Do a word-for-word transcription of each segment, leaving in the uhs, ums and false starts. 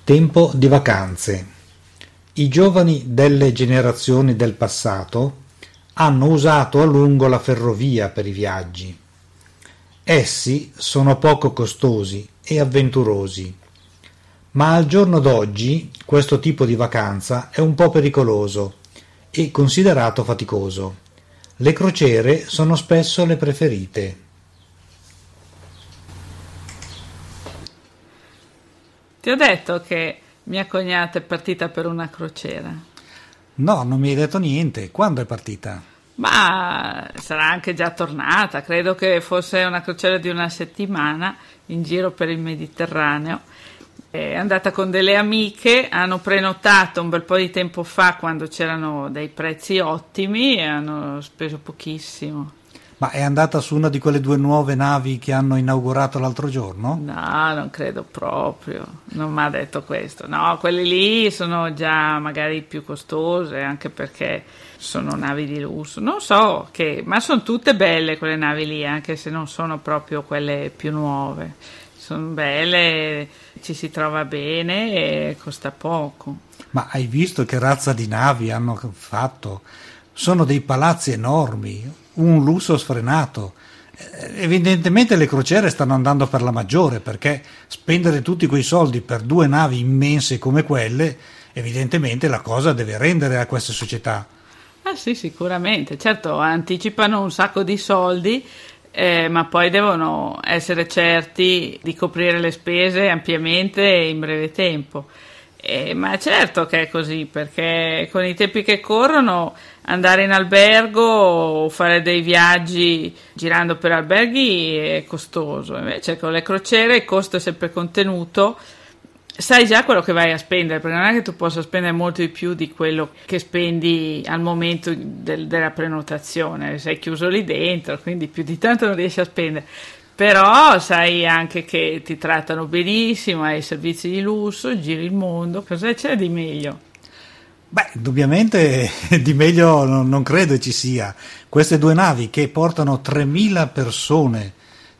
Tempo di vacanze. I giovani delle generazioni del passato hanno usato a lungo la ferrovia per i viaggi. Essi sono poco costosi e avventurosi, ma al giorno d'oggi questo tipo di vacanza è un po' pericoloso e considerato faticoso. Le crociere sono spesso le preferite. Ti ho detto che mia cognata è partita per una crociera. No, non mi hai detto niente. Quando è partita? Ma sarà anche già tornata. Credo che fosse una crociera di una settimana in giro per il Mediterraneo. È andata con delle amiche, hanno prenotato un bel po' di tempo fa quando c'erano dei prezzi ottimi e hanno speso pochissimo. Ma è andata su una di quelle due nuove navi che hanno inaugurato l'altro giorno? No, non credo proprio, non mi ha detto questo. No, quelle lì sono già magari più costose, anche perché sono navi di lusso. Non so che, ma sono tutte belle quelle navi lì, anche se non sono proprio quelle più nuove. Sono belle, ci si trova bene e costa poco. Ma hai visto che razza di navi hanno fatto? Sono dei palazzi enormi, un lusso sfrenato. Evidentemente le crociere stanno andando per la maggiore, perché spendere tutti quei soldi per due navi immense come quelle, evidentemente la cosa deve rendere a queste società. Ah sì, sicuramente. Certo, anticipano un sacco di soldi, eh, ma poi devono essere certi di coprire le spese ampiamente e in breve tempo. Eh, ma certo che è così, perché con i tempi che corrono andare in albergo o fare dei viaggi girando per alberghi è costoso. Invece con le crociere il costo è sempre contenuto, sai già quello che vai a spendere, perché non è che tu possa spendere molto di più di quello che spendi al momento del, della prenotazione, sei chiuso lì dentro, quindi più di tanto non riesci a spendere. Però sai anche che ti trattano benissimo, hai servizi di lusso, giri il mondo, cosa c'è di meglio? Beh, indubbiamente di meglio non, non credo ci sia. Queste due navi che portano tremila persone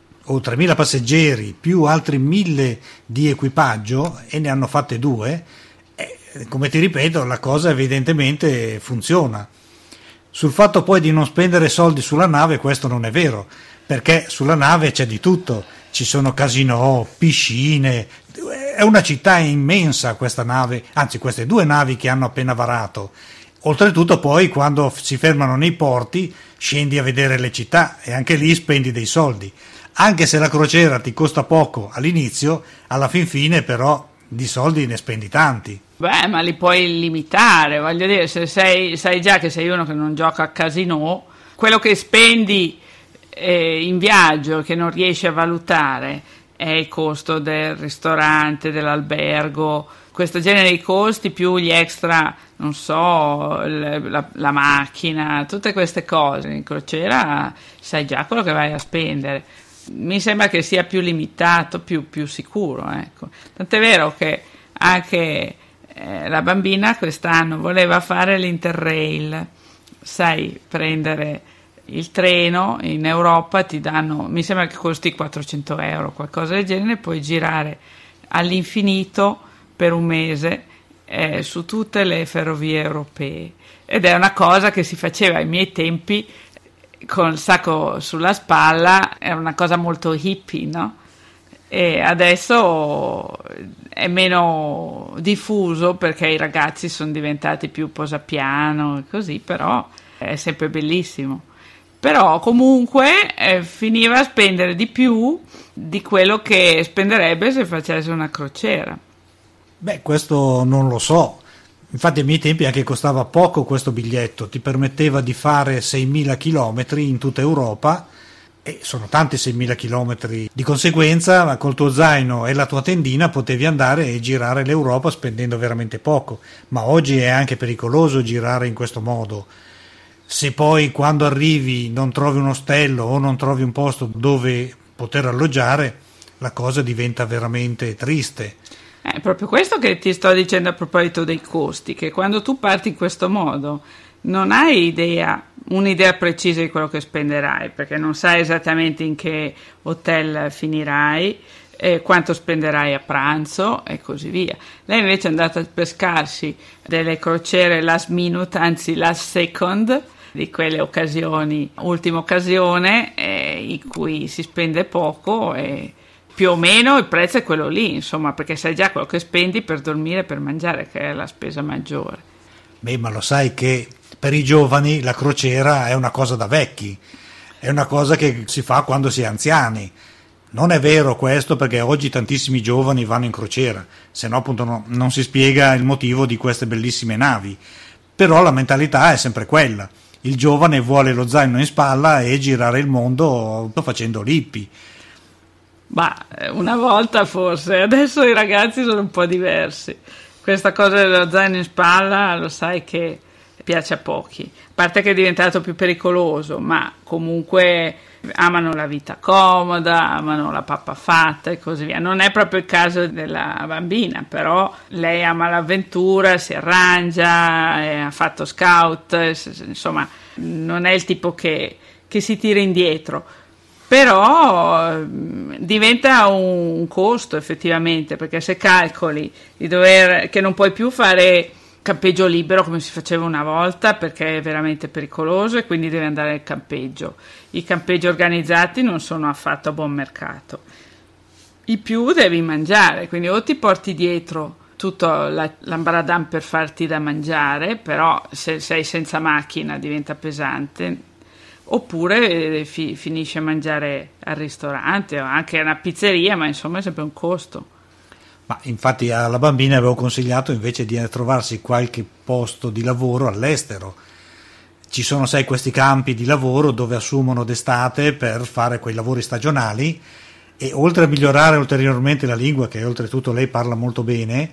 o tremila passeggeri più altri mille di equipaggio, e ne hanno fatte due, eh, come ti ripeto, la cosa evidentemente funziona. Sul fatto poi di non spendere soldi sulla nave, questo non è vero, perché sulla nave c'è di tutto, ci sono casinò, piscine, è una città immensa questa nave, anzi queste due navi che hanno appena varato. Oltretutto poi quando si fermano nei porti scendi a vedere le città e anche lì spendi dei soldi, anche se la crociera ti costa poco all'inizio, alla fin fine però di soldi ne spendi tanti. Beh, ma li puoi limitare, voglio dire, se sei, sai già che sei uno che non gioca a casinò, quello che spendi eh, in viaggio che non riesci a valutare è il costo del ristorante, dell'albergo, questo genere di costi più gli extra, non so, la, la macchina, tutte queste cose. In crociera sai già quello che vai a spendere. Mi sembra che sia più limitato, più, più sicuro, ecco. Tant'è vero che anche eh, la bambina quest'anno voleva fare l'Interrail, sai, prendere il treno in Europa, ti danno, mi sembra che costi quattrocento euro, qualcosa del genere, puoi girare all'infinito per un mese eh, su tutte le ferrovie europee, ed è una cosa che si faceva ai miei tempi con il sacco sulla spalla, era una cosa molto hippie, no? E adesso è meno diffuso perché i ragazzi sono diventati più posapiano e così, però è sempre bellissimo. Però comunque eh, finiva a spendere di più di quello che spenderebbe se facesse una crociera. Beh, questo non lo so. Infatti ai miei tempi anche costava poco questo biglietto, ti permetteva di fare seimila chilometri in tutta Europa, e sono tanti seimila chilometri, di conseguenza col tuo zaino e la tua tendina potevi andare e girare l'Europa spendendo veramente poco, ma oggi è anche pericoloso girare in questo modo. Se poi quando arrivi non trovi un ostello o non trovi un posto dove poter alloggiare, la cosa diventa veramente triste. È proprio questo che ti sto dicendo a proposito dei costi, che quando tu parti in questo modo non hai idea, un'idea precisa di quello che spenderai, perché non sai esattamente in che hotel finirai, eh, quanto spenderai a pranzo e così via. Lei invece è andata a pescarsi delle crociere last minute, anzi last second, di quelle occasioni, ultima occasione, eh, in cui si spende poco e più o meno il prezzo è quello lì, insomma, perché sai già quello che spendi per dormire e per mangiare, che è la spesa maggiore. Beh, ma lo sai che per i giovani la crociera è una cosa da vecchi, è una cosa che si fa quando si è anziani. Non è vero questo, perché oggi tantissimi giovani vanno in crociera, se no appunto no, non si spiega il motivo di queste bellissime navi. Però la mentalità è sempre quella: il giovane vuole lo zaino in spalla e girare il mondo facendo l'hippie. Ma una volta forse, adesso i ragazzi sono un po' diversi. Questa cosa dello zaino in spalla lo sai che piace a pochi, a parte che è diventato più pericoloso, ma comunque amano la vita comoda, amano la pappa fatta e così via. Non è proprio il caso della bambina, però lei ama l'avventura, si arrangia, ha fatto scout, insomma non è il tipo che, che si tira indietro. Però diventa un costo effettivamente, perché se calcoli di dover, che non puoi più fare campeggio libero come si faceva una volta, perché è veramente pericoloso e quindi devi andare al campeggio. I campeggi organizzati non sono affatto a buon mercato. In più devi mangiare, quindi o ti porti dietro tutto la, l'ambaradan per farti da mangiare, però se sei senza macchina diventa pesante, oppure fi, finisce a mangiare al ristorante o anche a una pizzeria, ma insomma è sempre un costo. Ma infatti alla bambina avevo consigliato invece di trovarsi qualche posto di lavoro all'estero. Ci sono, sai, questi campi di lavoro dove assumono d'estate per fare quei lavori stagionali, e oltre a migliorare ulteriormente la lingua, che oltretutto lei parla molto bene,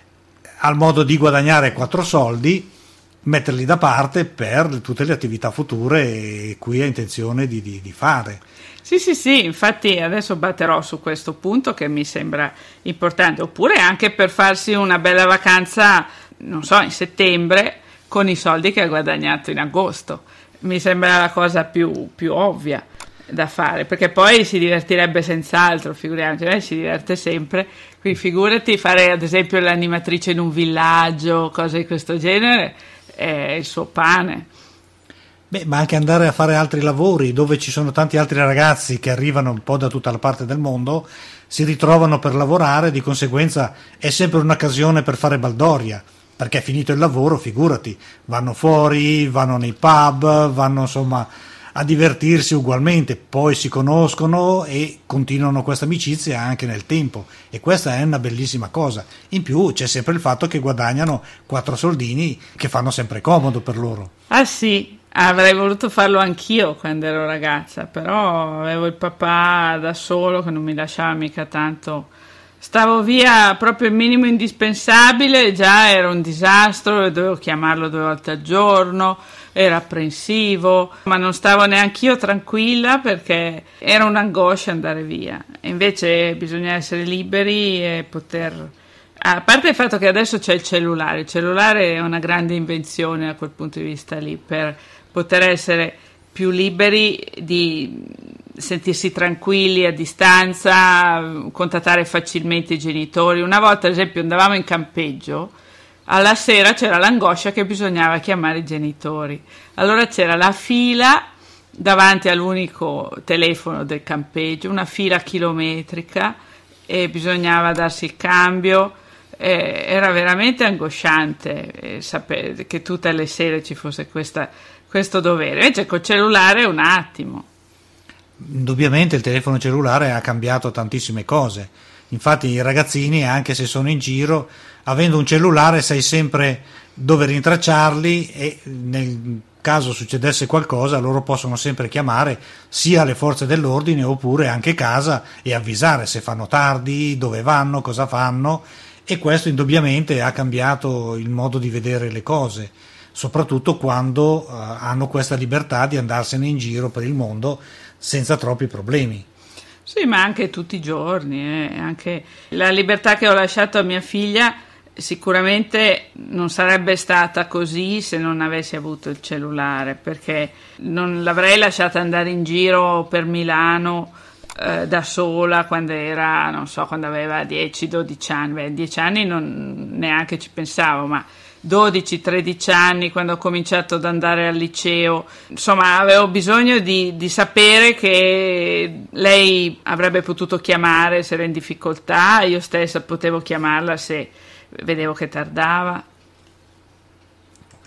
al modo di guadagnare quattro soldi, metterli da parte per tutte le attività future cui ha intenzione di, di, di fare. Sì, sì, sì, infatti adesso batterò su questo punto che mi sembra importante, oppure anche per farsi una bella vacanza, non so, in settembre con i soldi che ha guadagnato in agosto. Mi sembra la cosa più, più ovvia da fare, perché poi si divertirebbe senz'altro, figuriamoci, lei si diverte sempre, quindi figurati fare ad esempio l'animatrice in un villaggio, cose di questo genere, è il suo pane. Beh, ma anche andare a fare altri lavori dove ci sono tanti altri ragazzi che arrivano un po' da tutta la parte del mondo, si ritrovano per lavorare, di conseguenza è sempre un'occasione per fare baldoria, perché finito il lavoro, figurati, vanno fuori, vanno nei pub, vanno insomma a divertirsi ugualmente, poi si conoscono e continuano questa amicizia anche nel tempo, e questa è una bellissima cosa. In più c'è sempre il fatto che guadagnano quattro soldini che fanno sempre comodo per loro. Ah sì, avrei voluto farlo anch'io quando ero ragazza, però avevo il papà da solo che non mi lasciava mica tanto. Stavo via proprio il minimo indispensabile, già era un disastro, dovevo chiamarlo due volte al giorno, era apprensivo, ma non stavo neanch'io tranquilla perché era un'angoscia andare via. E invece bisogna essere liberi e poter... A parte il fatto che adesso c'è il cellulare, il cellulare è una grande invenzione da quel punto di vista lì, per poter essere più liberi di sentirsi tranquilli a distanza, contattare facilmente i genitori. Una volta, ad esempio, andavamo in campeggio, alla sera c'era l'angoscia che bisognava chiamare i genitori. Allora c'era la fila davanti all'unico telefono del campeggio, una fila chilometrica, e bisognava darsi il cambio. Eh, era veramente angosciante eh, sapere che tutte le sere ci fosse questa, questo dovere. Invece col cellulare è un attimo. Indubbiamente il telefono cellulare ha cambiato tantissime cose. Infatti i ragazzini, anche se sono in giro, avendo un cellulare sai sempre dove rintracciarli, e nel caso succedesse qualcosa loro possono sempre chiamare sia le forze dell'ordine oppure anche casa e avvisare se fanno tardi, dove vanno, cosa fanno, e questo indubbiamente ha cambiato il modo di vedere le cose, soprattutto quando uh, hanno questa libertà di andarsene in giro per il mondo senza troppi problemi. Sì, ma anche tutti i giorni, eh. Anche la libertà che ho lasciato a mia figlia sicuramente non sarebbe stata così se non avessi avuto il cellulare, perché non l'avrei lasciata andare in giro per Milano eh, da sola quando era, non so, quando aveva dieci dodici anni. Beh, dieci anni non neanche ci pensavo, ma dodici tredici anni, quando ho cominciato ad andare al liceo, insomma avevo bisogno di, di sapere che lei avrebbe potuto chiamare se era in difficoltà, io stessa potevo chiamarla se vedevo che tardava.